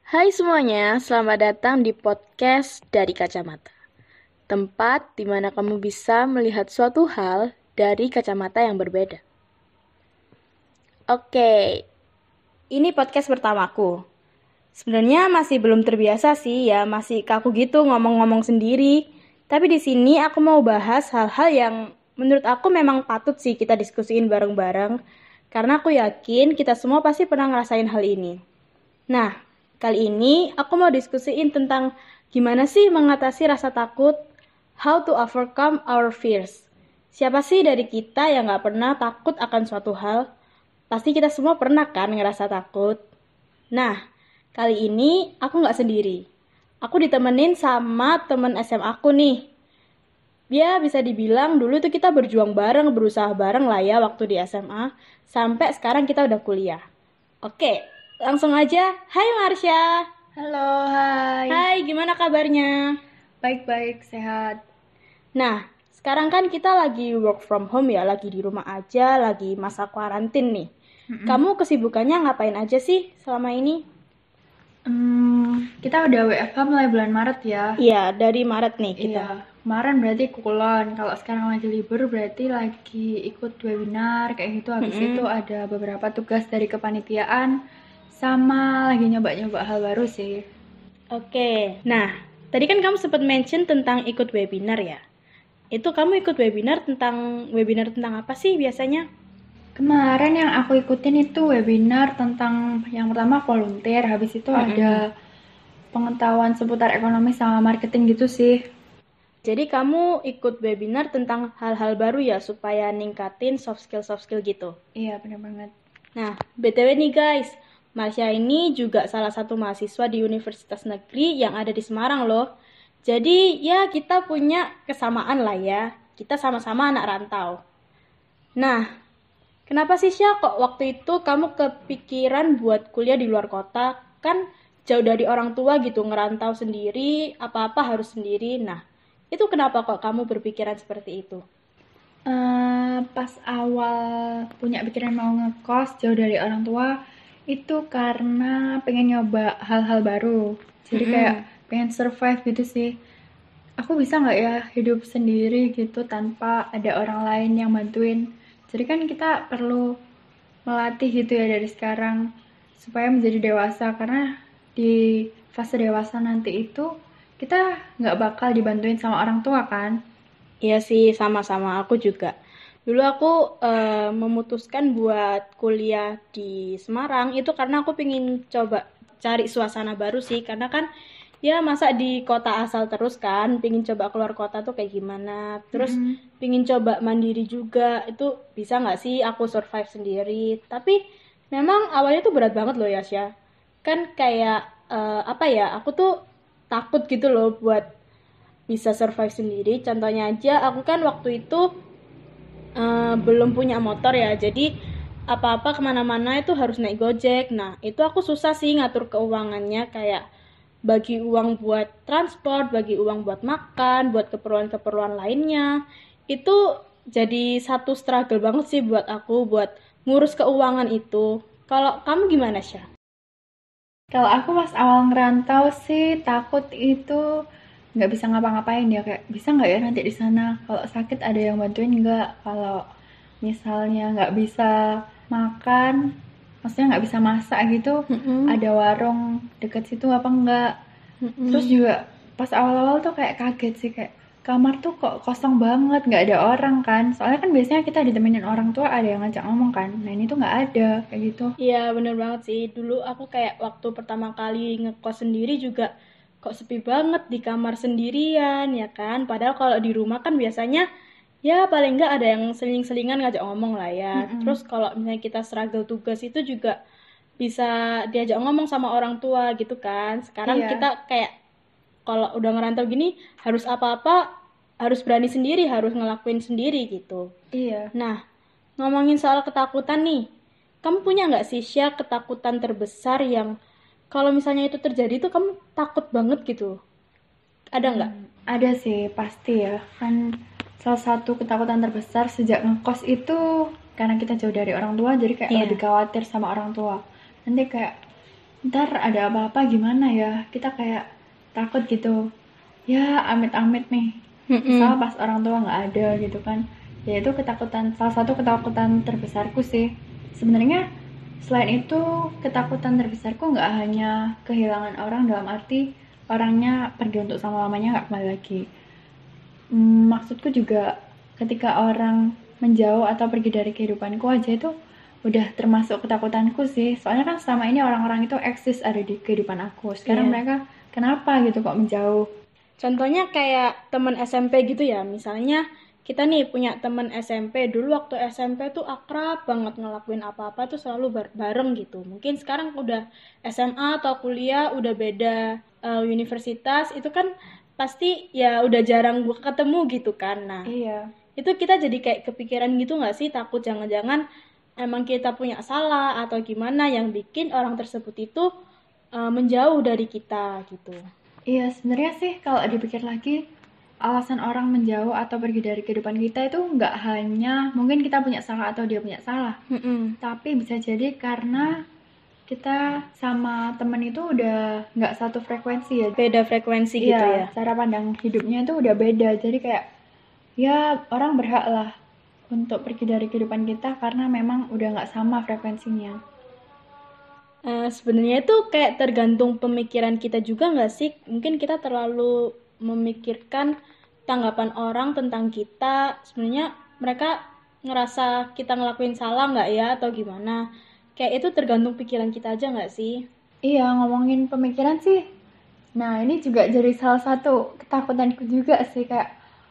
Hai semuanya, selamat datang di podcast dari Kacamata. Tempat di mana kamu bisa melihat suatu hal dari kacamata yang berbeda. Oke, ini podcast pertamaku. Sebenarnya masih belum terbiasa sih ya, masih kaku gitu ngomong-ngomong sendiri. Tapi di sini aku mau bahas hal-hal yang menurut aku memang patut sih kita diskusiin bareng-bareng. Karena aku yakin kita semua pasti pernah ngerasain hal ini. Nah, kali ini aku mau diskusiin tentang gimana sih mengatasi rasa takut, how to overcome our fears. Siapa sih dari kita yang gak pernah takut akan suatu hal? Pasti kita semua pernah kan ngerasa takut. Nah, kali ini aku gak sendiri. Aku ditemenin sama temen SMA aku nih. Ya, bisa dibilang dulu tuh kita berjuang bareng, berusaha bareng lah ya waktu di SMA. Sampai sekarang kita udah kuliah. Oke, langsung aja. Hai Marsha. Halo, hai. Hai, gimana kabarnya? Baik-baik, sehat. Nah, sekarang kan kita lagi work from home ya, lagi di rumah aja, lagi masa kuarantin nih. Kamu kesibukannya ngapain aja sih selama ini? Kita udah WFH mulai bulan Maret ya. Iya, dari Maret nih kita. Iya, kemarin berarti kulon. Kalau sekarang lagi libur berarti lagi ikut webinar kayak gitu. Habis itu ada beberapa tugas dari kepanitiaan sama lagi nyoba-nyoba hal baru sih. Oke, nah tadi kan kamu sempat mention tentang ikut webinar ya. Itu kamu ikut webinar tentang apa sih biasanya? Kemarin yang aku ikutin itu webinar tentang yang pertama volunteer, habis itu ada pengetahuan seputar ekonomi sama marketing gitu sih. Jadi kamu ikut webinar tentang hal-hal baru ya supaya ningkatin soft skill gitu. Iya, bener banget. Nah, BTW nih guys, Marsha ini juga salah satu mahasiswa di Universitas Negeri yang ada di Semarang loh. Jadi ya kita punya kesamaan lah ya. Kita sama-sama anak rantau. Nah, kenapa sih Syah kok waktu itu kamu kepikiran buat kuliah di luar kota? Kan jauh dari orang tua gitu, ngerantau sendiri, apa-apa harus sendiri. Nah, itu kenapa kok kamu berpikiran seperti itu? Pas awal punya pikiran mau ngekos jauh dari orang tua, itu karena pengen nyoba hal-hal baru. Jadi kayak pengen survive gitu sih. Aku bisa nggak ya hidup sendiri gitu tanpa ada orang lain yang bantuin. Jadi kan kita perlu melatih gitu ya dari sekarang supaya menjadi dewasa. Karena di fase dewasa nanti itu kita nggak bakal dibantuin sama orang tua kan. Iya sih, sama-sama aku juga. Dulu aku memutuskan buat kuliah di Semarang itu karena aku pengen coba cari suasana baru sih. Karena kan ya masa di kota asal terus kan, pengen coba keluar kota tuh kayak gimana. Terus pengen coba mandiri juga, itu bisa nggak sih aku survive sendiri. Tapi memang awalnya tuh berat banget loh ya, Syah. Kan kayak apa ya, aku tuh takut gitu loh buat bisa survive sendiri. Contohnya aja, aku kan waktu itu belum punya motor ya, jadi apa-apa kemana-mana itu harus naik gojek. Nah, itu aku susah sih ngatur keuangannya, kayak bagi uang buat transport, bagi uang buat makan, buat keperluan-keperluan lainnya. Itu jadi satu struggle banget sih buat aku, buat ngurus keuangan itu. Kalau kamu gimana, Syah? Kalau aku pas awal ngerantau sih takut itu nggak bisa ngapa-ngapain ya, kayak bisa nggak ya nanti di sana kalau sakit ada yang bantuin nggak, kalau misalnya nggak bisa makan, maksudnya nggak bisa masak gitu, ada warung deket situ apa enggak. Terus juga pas awal-awal tuh kayak kaget sih, kayak kamar tuh kok kosong banget, nggak ada orang kan. Soalnya kan biasanya kita ditemenin orang tua ada yang ngajak ngomong kan. Nah ini tuh nggak ada kayak gitu. Iya bener banget sih. Dulu aku kayak waktu pertama kali ngekos sendiri juga kok sepi banget di kamar sendirian ya kan. Padahal kalau di rumah kan biasanya ya paling nggak ada yang seling-selingan ngajak ngomong lah ya. Terus kalau misalnya kita struggle tugas itu juga bisa diajak ngomong sama orang tua gitu kan. Sekarang Iya, kita kayak kalau udah ngerantau gini harus apa-apa harus berani sendiri, harus ngelakuin sendiri gitu. iya. Nah, ngomongin soal ketakutan nih, kamu punya nggak sih Syah ketakutan terbesar yang kalau misalnya itu terjadi tuh kamu takut banget gitu? Ada nggak? Ada sih, pasti ya. Kan salah satu ketakutan terbesar sejak ngekos itu karena kita jauh dari orang tua, jadi kayak Iya. lebih khawatir sama orang tua. Nanti kayak ntar ada apa-apa gimana ya, kita kayak takut gitu ya, amit-amit nih misal pas orang tua nggak ada gitu kan. Ya itu ketakutan, salah satu ketakutan terbesarku sih sebenarnya. Selain itu, ketakutan terbesarku nggak hanya kehilangan orang dalam arti orangnya pergi untuk selama-lamanya nggak kembali lagi. Maksudku juga ketika orang menjauh atau pergi dari kehidupanku aja itu udah termasuk ketakutanku sih. Soalnya kan selama ini orang-orang itu eksis ada di kehidupan aku. Sekarang Iya. mereka kenapa gitu kok menjauh? Contohnya kayak temen SMP gitu ya, misalnya kita nih punya temen SMP, dulu waktu SMP tuh akrab banget, ngelakuin apa-apa tuh selalu bareng gitu. Mungkin sekarang udah SMA atau kuliah, udah beda universitas, itu kan pasti ya udah jarang ketemu gitu kan. Nah, Iya. itu kita jadi kayak kepikiran gitu nggak sih, takut jangan-jangan emang kita punya salah atau gimana yang bikin orang tersebut itu menjauh dari kita gitu. Iya, sebenarnya sih kalau dipikir lagi, alasan orang menjauh atau pergi dari kehidupan kita itu nggak hanya mungkin kita punya salah atau dia punya salah, tapi bisa jadi karena kita sama temen itu udah nggak satu frekuensi ya. Beda frekuensi gitu Iya, ya. cara pandang hidupnya itu udah beda. Jadi kayak ya orang berhak lah untuk pergi dari kehidupan kita karena memang udah nggak sama frekuensinya. Sebenarnya itu kayak tergantung pemikiran kita juga nggak sih? Mungkin kita terlalu memikirkan tanggapan orang tentang kita. Sebenarnya mereka ngerasa kita ngelakuin salah nggak ya atau gimana? Kayak itu tergantung pikiran kita aja nggak sih? Iya, ngomongin pemikiran sih. Nah, ini juga jadi salah satu ketakutanku juga sih, kayak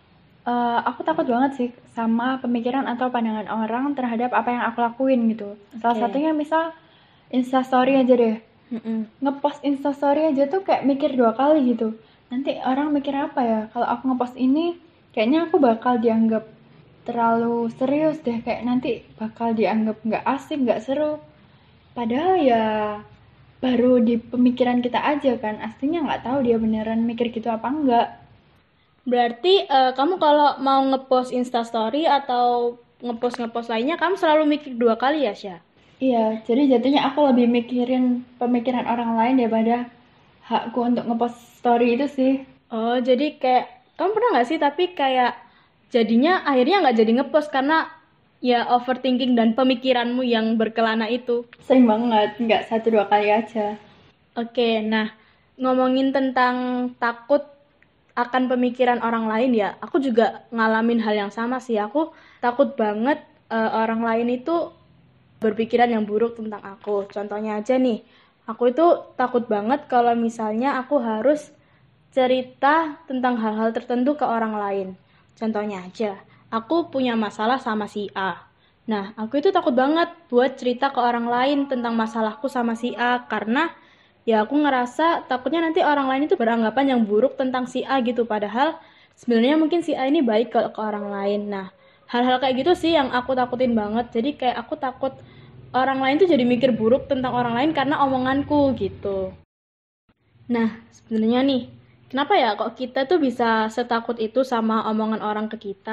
aku takut banget sih sama pemikiran atau pandangan orang terhadap apa yang aku lakuin gitu. Salah Oke. satunya misal Instastory aja deh. Mm-mm. Ngepost Instastory aja tuh kayak mikir 2 kali gitu. Nanti orang mikir apa ya? Kalau aku ngepost ini, kayaknya aku bakal dianggap terlalu serius deh. Kayak nanti bakal dianggap nggak asik, nggak seru. Padahal ya baru di pemikiran kita aja kan. Aslinya nggak tahu dia beneran mikir gitu apa enggak. Berarti kamu kalau mau ngepost Instastory atau ngepost lainnya, kamu selalu mikir 2 kali ya, Syah? Iya, jadi jatuhnya aku lebih mikirin pemikiran orang lain daripada hakku untuk ngepost story itu sih. Oh, jadi kayak kamu pernah nggak sih tapi kayak jadinya akhirnya nggak jadi ngepost karena ya overthinking dan pemikiranmu yang berkelana itu. Sering banget, nggak 1-2 kali aja. Oke, nah ngomongin tentang takut akan pemikiran orang lain ya, aku juga ngalamin hal yang sama sih. Aku takut banget orang lain itu berpikiran yang buruk tentang aku. Contohnya aja nih, aku itu takut banget kalau misalnya aku harus cerita tentang hal-hal tertentu ke orang lain. Contohnya aja, aku punya masalah sama si A. Nah, aku itu takut banget buat cerita ke orang lain tentang masalahku sama si A karena ya aku ngerasa takutnya nanti orang lain itu beranggapan yang buruk tentang si A gitu. Padahal sebenarnya mungkin si A ini baik kalau ke orang lain. Nah, hal-hal kayak gitu sih yang aku takutin banget. Jadi kayak aku takut orang lain tuh jadi mikir buruk tentang orang lain karena omonganku gitu. Nah, sebenarnya nih, kenapa ya kok kita tuh bisa setakut itu sama omongan orang ke kita?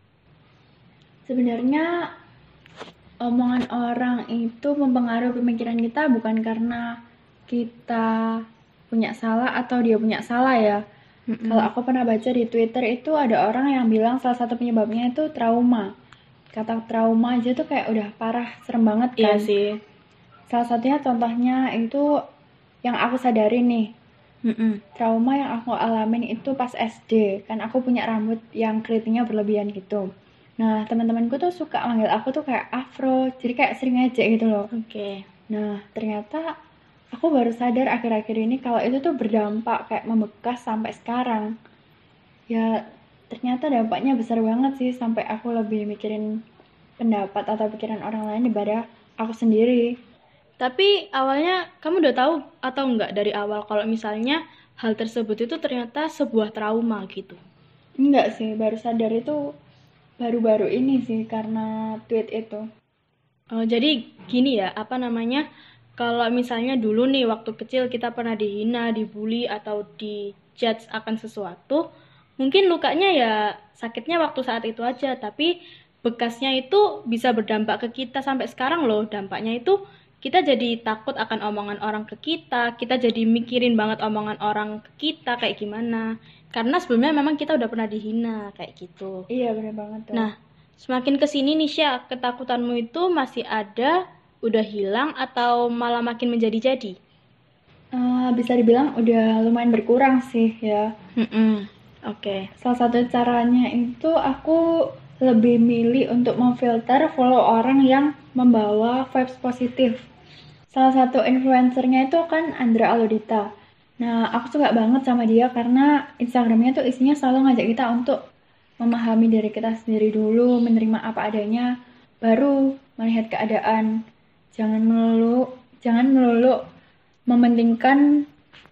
Sebenarnya omongan orang itu mempengaruhi pemikiran kita bukan karena kita punya salah atau dia punya salah ya. Kalau aku pernah baca di Twitter itu ada orang yang bilang salah satu penyebabnya itu trauma. Kata trauma aja tuh kayak udah parah, serem banget Iya kan. sih. Salah satunya contohnya itu yang aku sadari nih. Trauma yang aku alamin itu pas SD, kan aku punya rambut yang keritingnya berlebihan gitu. Nah, teman-temanku tuh suka manggil aku tuh kayak afro, jadi kayak sering aja gitu loh. Oke. Nah, ternyata aku baru sadar akhir-akhir ini kalau itu tuh berdampak kayak membekas sampai sekarang. Ya, ternyata dampaknya besar banget sih sampai aku lebih mikirin pendapat atau pikiran orang lain daripada aku sendiri. Tapi awalnya kamu udah tahu atau enggak dari awal kalau misalnya hal tersebut itu ternyata sebuah trauma gitu? Enggak sih, baru sadar itu baru-baru ini sih karena tweet itu. Jadi gini ya, apa namanya? Kalau misalnya dulu nih waktu kecil kita pernah dihina, dibully atau dijudge akan sesuatu, mungkin lukanya ya sakitnya waktu saat itu aja, tapi bekasnya itu bisa berdampak ke kita sampai sekarang loh. Dampaknya itu kita jadi takut akan omongan orang ke kita jadi mikirin banget omongan orang ke kita kayak gimana. Karena sebelumnya memang kita udah pernah dihina kayak gitu. Iya, bener banget tuh. Nah, semakin kesini nih Syah, ketakutanmu itu masih ada, udah hilang, atau malah makin menjadi-jadi? Bisa dibilang udah lumayan berkurang sih ya. Oke. Salah satu caranya itu aku lebih milih untuk memfilter follow orang yang membawa vibes positif. Salah satu influencernya itu kan Andra Aludita. Nah, aku suka banget sama dia karena Instagramnya tuh isinya selalu ngajak kita untuk memahami diri kita sendiri dulu, menerima apa adanya, baru melihat keadaan. Jangan melulu mementingkan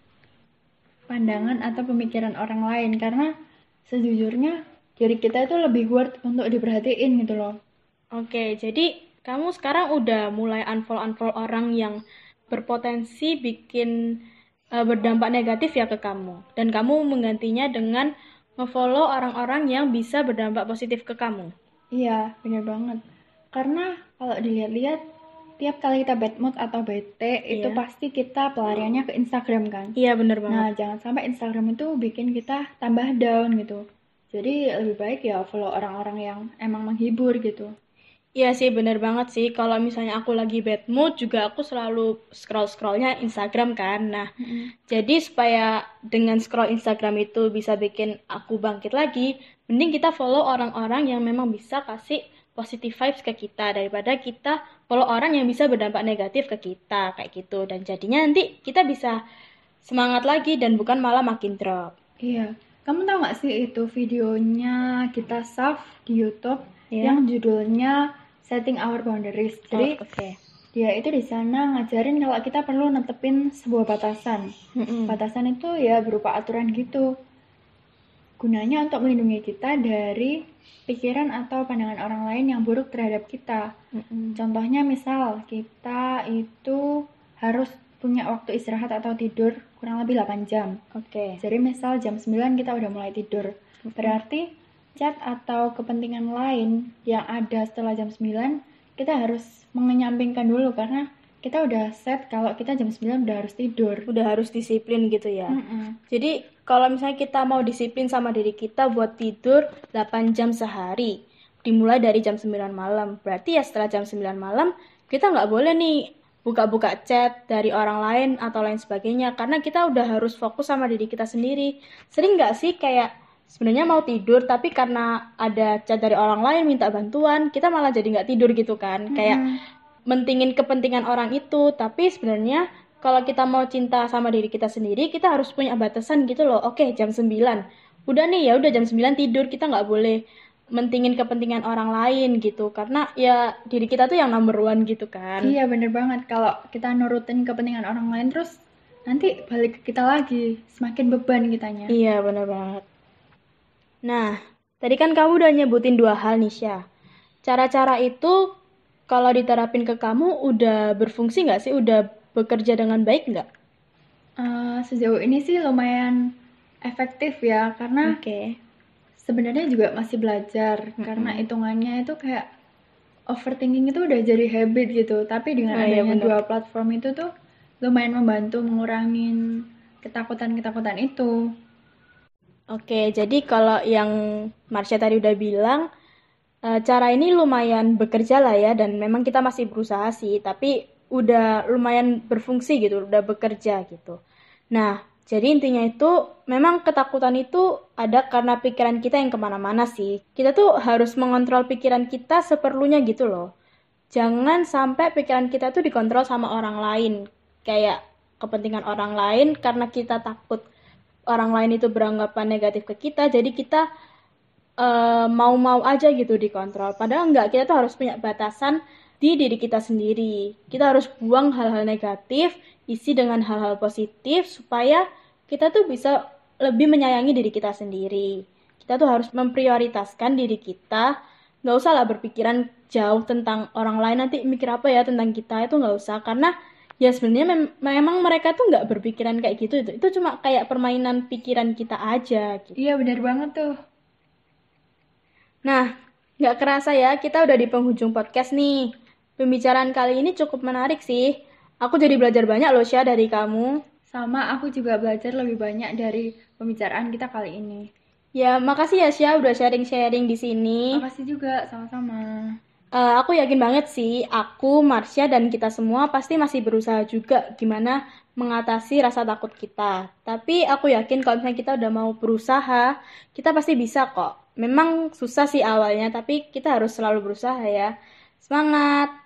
pandangan atau pemikiran orang lain, karena sejujurnya diri kita itu lebih worth untuk diperhatiin gitu loh. Oke, jadi kamu sekarang udah mulai unfollow orang yang berpotensi bikin berdampak negatif ya ke kamu. Dan kamu menggantinya dengan nge-follow orang-orang yang bisa berdampak positif ke kamu. Iya, bener banget. Karena kalau dilihat-lihat, tiap kali kita bad mood atau bete, itu Iya. pasti kita pelariannya ke Instagram kan. Iya, bener banget. Nah, jangan sampai Instagram itu bikin kita tambah down gitu. Jadi lebih baik ya follow orang-orang yang emang menghibur gitu. Iya sih, bener banget sih. Kalau misalnya aku lagi bad mood, juga aku selalu scroll-scrollnya Instagram kan. Nah, jadi supaya dengan scroll Instagram itu bisa bikin aku bangkit lagi, mending kita follow orang-orang yang memang bisa kasih positive vibes ke kita, daripada kita follow orang yang bisa berdampak negatif ke kita, kayak gitu. Dan jadinya nanti kita bisa semangat lagi dan bukan malah makin drop. Iya, kamu tahu nggak sih itu videonya Kita Saf di YouTube Iya. yang judulnya Setting Our Boundaries. Jadi Oke. dia itu di sana ngajarin kalau kita perlu netepin sebuah batasan. Batasan itu ya berupa aturan gitu. Gunanya untuk melindungi kita dari pikiran atau pandangan orang lain yang buruk terhadap kita. Contohnya misal kita itu harus punya waktu istirahat atau tidur kurang lebih 8 jam. Oke. Jadi misal jam 9 kita udah mulai tidur. Berarti chat atau kepentingan lain yang ada setelah jam 9 kita harus mengenyampingkan dulu, karena kita udah set kalau kita jam 9 udah harus tidur. Udah harus disiplin gitu ya. Jadi kalau misalnya kita mau disiplin sama diri kita buat tidur 8 jam sehari, dimulai dari jam 9 malam. Berarti ya setelah jam 9 malam, kita nggak boleh nih buka-buka chat dari orang lain atau lain sebagainya. Karena kita udah harus fokus sama diri kita sendiri. Sering nggak sih kayak sebenarnya mau tidur, tapi karena ada chat dari orang lain minta bantuan, kita malah jadi nggak tidur gitu kan. Kayak mentingin kepentingan orang itu, tapi sebenarnya kalau kita mau cinta sama diri kita sendiri, kita harus punya batasan gitu loh. Oke, jam 9. Udah nih, ya udah jam 9 tidur. Kita nggak boleh mentingin kepentingan orang lain gitu. Karena ya diri kita tuh yang number one gitu kan. Iya, bener banget. Kalau kita nurutin kepentingan orang lain terus nanti balik ke kita lagi, semakin beban kitanya. Iya, bener banget. Nah, tadi kan kamu udah nyebutin 2 hal nih, Syah. Cara-cara itu kalau diterapin ke kamu udah berfungsi nggak sih? Udah bekerja dengan baik nggak? Sejauh ini sih lumayan efektif ya, karena Oke. sebenarnya juga masih belajar, karena hitungannya itu kayak overthinking itu udah jadi habit gitu. Tapi dengan Oh, iya, adanya bener. 2 platform itu tuh lumayan membantu mengurangin ketakutan-ketakutan itu. Oke, jadi kalau yang Marsha tadi udah bilang, cara ini lumayan bekerja lah ya, dan memang kita masih berusaha sih, tapi udah lumayan berfungsi gitu, udah bekerja gitu. Nah, jadi intinya itu memang ketakutan itu ada karena pikiran kita yang kemana-mana sih. Kita tuh harus mengontrol pikiran kita seperlunya gitu loh. Jangan sampai pikiran kita tuh dikontrol sama orang lain. Kayak kepentingan orang lain, karena kita takut orang lain itu beranggapan negatif ke kita, jadi kita mau-mau aja gitu dikontrol. Padahal enggak, kita tuh harus punya batasan di diri kita sendiri. Kita harus buang hal-hal negatif, isi dengan hal-hal positif, supaya kita tuh bisa lebih menyayangi diri kita sendiri. Kita tuh harus memprioritaskan diri kita. Nggak usah lah berpikiran jauh tentang orang lain, nanti mikir apa ya tentang kita, itu nggak usah. Karena ya sebenarnya memang mereka tuh nggak berpikiran kayak gitu. Itu cuma kayak permainan pikiran kita aja gitu. Iya, bener banget tuh. Nah, nggak kerasa ya, kita udah di penghujung podcast nih. Pembicaraan kali ini cukup menarik sih. Aku jadi belajar banyak loh, Syah, dari kamu. Sama aku juga belajar lebih banyak dari pembicaraan kita kali ini. Ya, makasih ya, Syah, udah sharing-sharing di sini. Makasih juga, sama-sama. Aku yakin banget sih, aku, Marsha, dan kita semua pasti masih berusaha juga gimana mengatasi rasa takut kita. Tapi aku yakin kalau misalnya kita udah mau berusaha, kita pasti bisa kok. Memang susah sih awalnya, tapi kita harus selalu berusaha ya. Semangat!